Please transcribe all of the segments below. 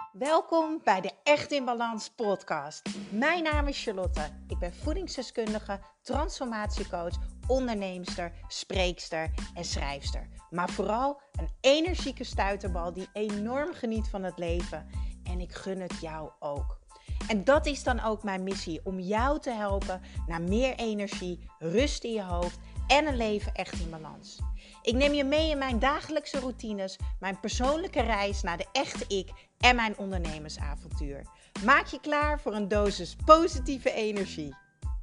Welkom bij de Echt in Balans podcast. Mijn naam is Charlotte. Ik ben voedingsdeskundige, transformatiecoach, onderneemster, spreekster en schrijfster. Maar vooral een energieke stuiterbal die enorm geniet van het leven. En ik gun het jou ook. En dat is dan ook mijn missie, om jou te helpen naar meer energie, rust in je hoofd en een leven echt in balans. Ik neem je mee in mijn dagelijkse routines, mijn persoonlijke reis naar de echte ik en mijn ondernemersavontuur. Maak je klaar voor een dosis positieve energie.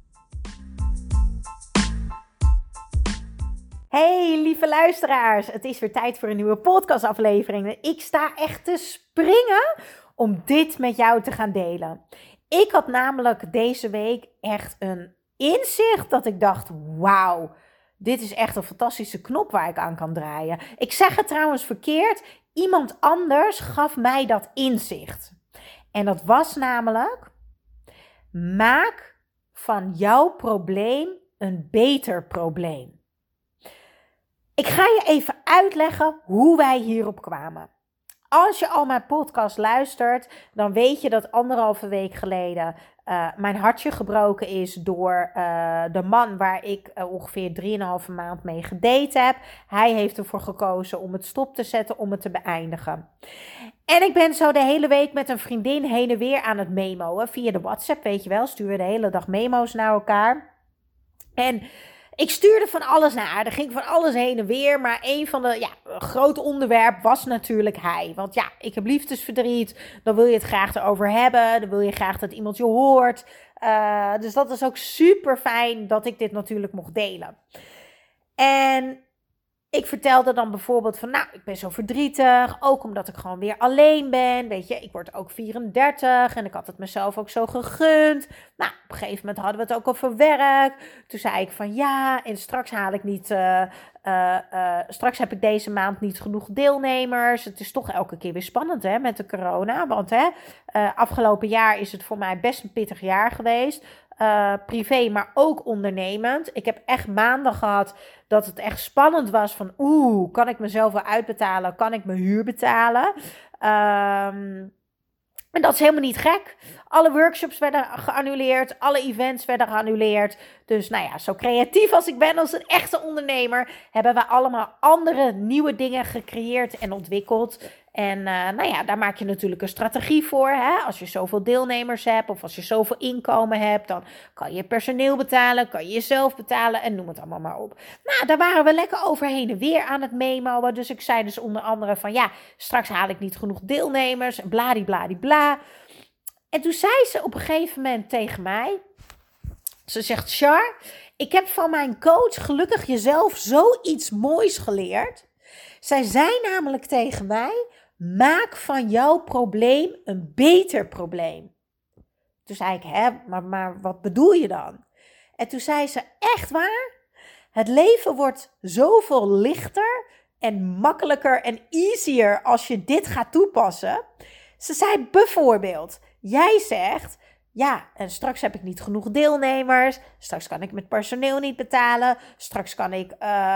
Hey lieve luisteraars, het is weer tijd voor een nieuwe podcastaflevering. Ik sta echt te springen om dit met jou te gaan delen. Ik had namelijk deze week echt een inzicht dat ik dacht, wauw. Dit is echt een fantastische knop waar ik aan kan draaien. Ik zeg het trouwens verkeerd. Iemand anders gaf mij dat inzicht. En dat was namelijk: maak van jouw probleem een beter probleem. Ik ga je even uitleggen hoe wij hierop kwamen. Als je al mijn podcast luistert, dan weet je dat 1,5 week geleden mijn hartje gebroken is door de man waar ik ongeveer 3,5 maand mee gedate heb. Hij heeft ervoor gekozen om het stop te zetten, om het te beëindigen. En ik ben zo de hele week met een vriendin heen en weer aan het memoen. Via de WhatsApp, weet je wel, sturen we de hele dag memo's naar elkaar. En ik stuurde van alles naar haar. Er ging van alles heen en weer. Maar een van de grote onderwerp was natuurlijk hij. Want ja, ik heb liefdesverdriet. Dan wil je het graag erover hebben. Dan wil je graag dat iemand je hoort. Dus dat is ook super fijn dat ik dit natuurlijk mocht delen. En ik vertelde dan bijvoorbeeld van, ik ben zo verdrietig. Ook omdat ik gewoon weer alleen ben. Weet je, ik word ook 34 en ik had het mezelf ook zo gegund. Op een gegeven moment hadden we het ook over werk. Toen zei ik van ja, en straks haal ik niet, straks heb ik deze maand niet genoeg deelnemers. Het is toch elke keer weer spannend hè, met de corona. Want afgelopen jaar is het voor mij best een pittig jaar geweest. Privé, maar ook ondernemend. Ik heb echt maanden gehad dat het echt spannend was van kan ik mezelf wel uitbetalen? Kan ik mijn huur betalen? En dat is helemaal niet gek. Alle workshops werden geannuleerd. Alle events werden geannuleerd. Dus zo creatief als ik ben als een echte ondernemer, hebben we allemaal andere nieuwe dingen gecreëerd en ontwikkeld. En daar maak je natuurlijk een strategie voor. Hè? Als je zoveel deelnemers hebt of als je zoveel inkomen hebt, dan kan je personeel betalen, kan je jezelf betalen en noem het allemaal maar op. Daar waren we lekker overheen en weer aan het memoen. Dus ik zei dus onder andere van straks haal ik niet genoeg deelnemers, bladibladibla. En toen zei ze op een gegeven moment tegen mij, ze zegt, Char, ik heb van mijn coach gelukkig jezelf zoiets moois geleerd. Zij zei namelijk tegen mij, maak van jouw probleem een beter probleem. Toen zei ik, maar wat bedoel je dan? En toen zei ze, echt waar? Het leven wordt zoveel lichter en makkelijker en easier als je dit gaat toepassen. Ze zei bijvoorbeeld, jij zegt, en straks heb ik niet genoeg deelnemers. Straks kan ik met personeel niet betalen. Straks kan ik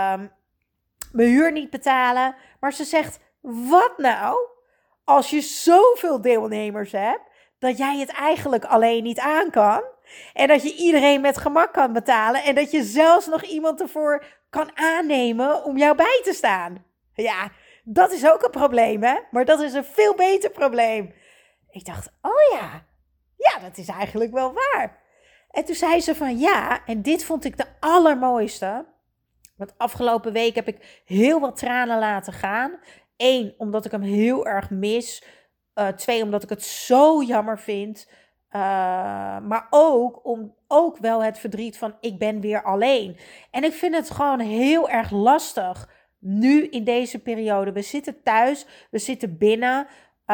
mijn huur niet betalen. Maar ze zegt, wat nou als je zoveel deelnemers hebt dat jij het eigenlijk alleen niet aan kan. En dat je iedereen met gemak kan betalen. En dat je zelfs nog iemand ervoor kan aannemen om jou bij te staan. Ja, dat is ook een probleem hè. Maar dat is een veel beter probleem. Ik dacht, ja, dat is eigenlijk wel waar. En toen zei ze van en dit vond ik de allermooiste. Want afgelopen week heb ik heel wat tranen laten gaan. 1, omdat ik hem heel erg mis. 2, omdat ik het zo jammer vind. Maar ook wel het verdriet van ik ben weer alleen. En ik vind het gewoon heel erg lastig. Nu in deze periode. We zitten thuis. We zitten binnen.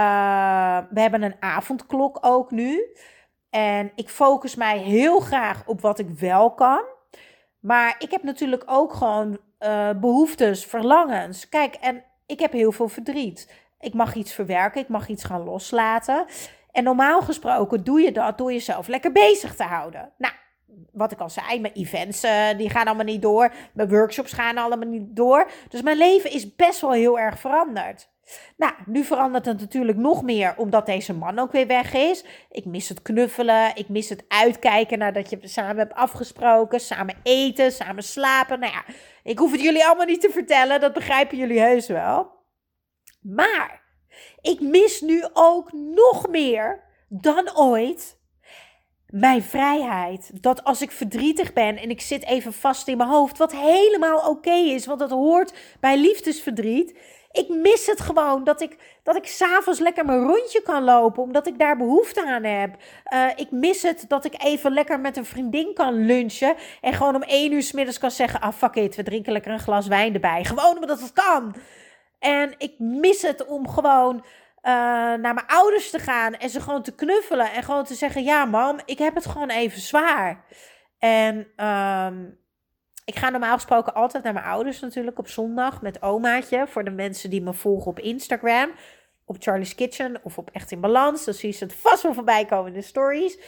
We hebben een avondklok ook nu. En ik focus mij heel graag op wat ik wel kan. Maar ik heb natuurlijk ook gewoon behoeftes, verlangens. Kijk, en ik heb heel veel verdriet. Ik mag iets verwerken, ik mag iets gaan loslaten. En normaal gesproken doe je dat door jezelf lekker bezig te houden. Wat ik al zei, mijn events die gaan allemaal niet door. Mijn workshops gaan allemaal niet door. Dus mijn leven is best wel heel erg veranderd. Nou, nu verandert het natuurlijk nog meer omdat deze man ook weer weg is. Ik mis het knuffelen, ik mis het uitkijken nadat je samen hebt afgesproken. Samen eten, samen slapen. Nou ja, ik hoef het jullie allemaal niet te vertellen, dat begrijpen jullie heus wel. Maar ik mis nu ook nog meer dan ooit mijn vrijheid. Dat als ik verdrietig ben en ik zit even vast in mijn hoofd, wat helemaal oké is, want dat hoort bij liefdesverdriet. Ik mis het gewoon dat ik 's avonds lekker mijn rondje kan lopen, omdat ik daar behoefte aan heb. Ik mis het dat ik even lekker met een vriendin kan lunchen en gewoon om 1 uur 's middags kan zeggen, ah fuck it, we drinken lekker een glas wijn erbij. Gewoon omdat het kan. En ik mis het om gewoon naar mijn ouders te gaan en ze gewoon te knuffelen en gewoon te zeggen, ja mam, ik heb het gewoon even zwaar. En ik ga normaal gesproken altijd naar mijn ouders natuurlijk op zondag met omaatje. Voor de mensen die me volgen op Instagram, op Charlie's Kitchen of op Echt in Balans. Dan zie je het vast wel voorbij komen in de stories.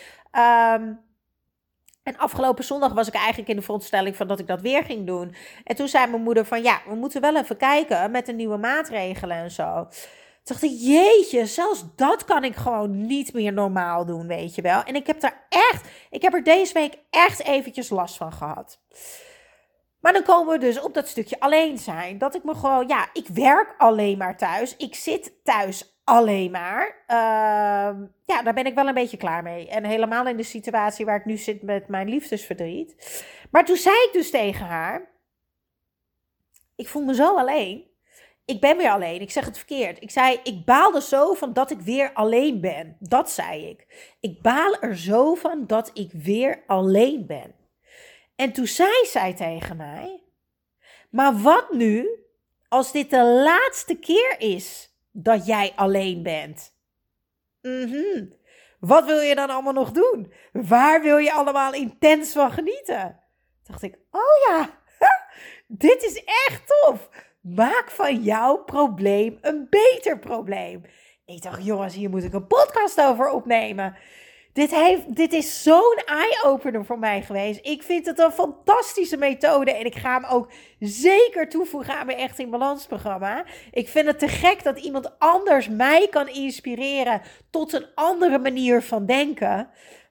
En afgelopen zondag was ik eigenlijk in de veronderstelling van dat ik dat weer ging doen. En toen zei mijn moeder van ja, we moeten wel even kijken met de nieuwe maatregelen en zo. Toen dacht ik, jeetje, zelfs dat kan ik gewoon niet meer normaal doen, weet je wel. En ik heb er deze week echt eventjes last van gehad. Maar dan komen we dus op dat stukje alleen zijn. Dat ik me gewoon, ja, ik werk alleen maar thuis. Ik zit thuis alleen maar. Ja, daar ben ik wel een beetje klaar mee. En helemaal in de situatie waar ik nu zit met mijn liefdesverdriet. Maar toen zei ik dus tegen haar, ik voel me zo alleen. Ik ben weer alleen. Ik zeg het verkeerd. Ik zei, ik baal er zo van dat ik weer alleen ben. Dat zei ik. Ik baal er zo van dat ik weer alleen ben. En toen zei zij tegen mij, maar wat nu als dit de laatste keer is dat jij alleen bent? Wat wil je dan allemaal nog doen? Waar wil je allemaal intens van genieten? Toen dacht ik, oh ja, dit is echt tof. Maak van jouw probleem een beter probleem. Ik dacht, jongens, hier moet ik een podcast over opnemen. Dit is zo'n eye-opener voor mij geweest. Ik vind het een fantastische methode. En ik ga hem ook zeker toevoegen aan mijn Echt in Balans programma. Ik vind het te gek dat iemand anders mij kan inspireren tot een andere manier van denken.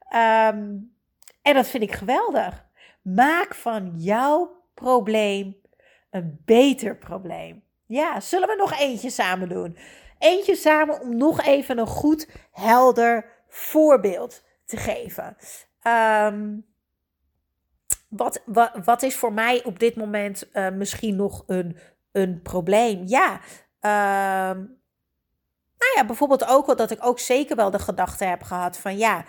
En dat vind ik geweldig. Maak van jouw probleem een beter probleem. Ja, zullen we nog eentje samen doen? Eentje samen om nog even een goed, helder voorbeeld te geven. Wat is voor mij op dit moment misschien nog een probleem? Ja, nou ja, bijvoorbeeld ook wel dat ik ook zeker wel de gedachte heb gehad van ja,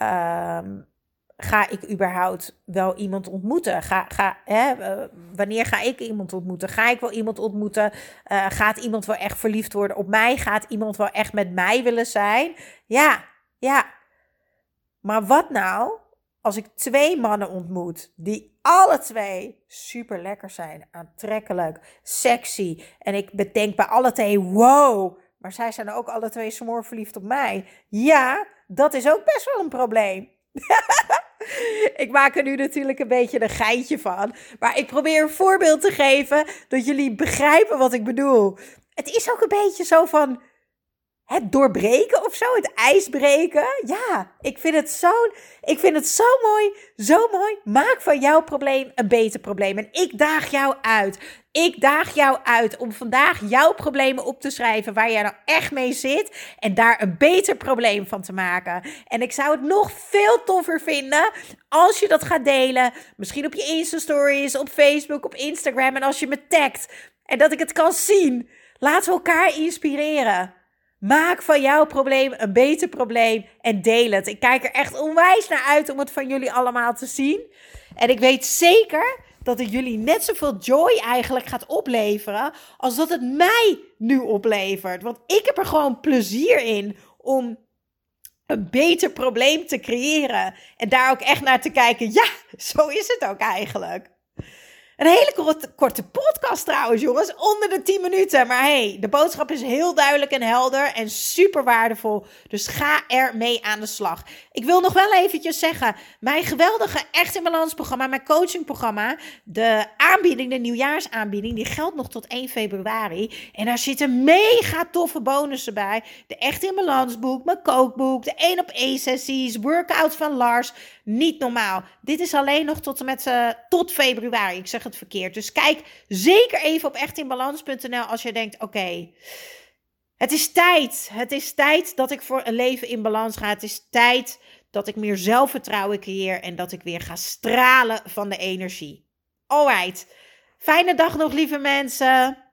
ga ik überhaupt wel iemand ontmoeten? Wanneer ga ik iemand ontmoeten? Ga ik wel iemand ontmoeten? Gaat iemand wel echt verliefd worden op mij? Gaat iemand wel echt met mij willen zijn? Ja. Maar wat nou als ik 2 mannen ontmoet die alle 2 super lekker zijn, aantrekkelijk, sexy. En ik bedenk bij alle 2, wow, maar zij zijn ook alle 2 smoor verliefd op mij. Ja, dat is ook best wel een probleem. Ik maak er nu natuurlijk een beetje een geintje van. Maar ik probeer een voorbeeld te geven dat jullie begrijpen wat ik bedoel. Het is ook een beetje zo van het doorbreken of zo, het ijs breken. Ja, ik vind het zo mooi, zo mooi. Maak van jouw probleem een beter probleem. En ik daag jou uit. Ik daag jou uit om vandaag jouw problemen op te schrijven waar jij nou echt mee zit en daar een beter probleem van te maken. En ik zou het nog veel toffer vinden als je dat gaat delen. Misschien op je Insta-stories, op Facebook, op Instagram en als je me tagt. En dat ik het kan zien. Laten we elkaar inspireren. Maak van jouw probleem een beter probleem en deel het. Ik kijk er echt onwijs naar uit om het van jullie allemaal te zien. En ik weet zeker dat het jullie net zoveel joy eigenlijk gaat opleveren als dat het mij nu oplevert. Want ik heb er gewoon plezier in om een beter probleem te creëren. En daar ook echt naar te kijken. Ja, zo is het ook eigenlijk. Een hele korte podcast trouwens, jongens. Onder de 10 minuten. Maar hey, de boodschap is heel duidelijk en helder en super waardevol. Dus ga ermee aan de slag. Ik wil nog wel eventjes zeggen, mijn geweldige Echt in Balans programma, mijn coachingprogramma, de aanbieding, de nieuwjaarsaanbieding, die geldt nog tot 1 februari. En daar zitten mega toffe bonussen bij. De Echt in Balans boek, mijn kookboek, de 1-op-1 sessies, workout van Lars. Niet normaal. Dit is alleen nog tot februari. Ik zeg het verkeerd. Dus kijk zeker even op echtinbalans.nl als je denkt, oké, het is tijd. Het is tijd dat ik voor een leven in balans ga. Het is tijd dat ik meer zelfvertrouwen creëer en dat ik weer ga stralen van de energie. Alright. Fijne dag nog, lieve mensen.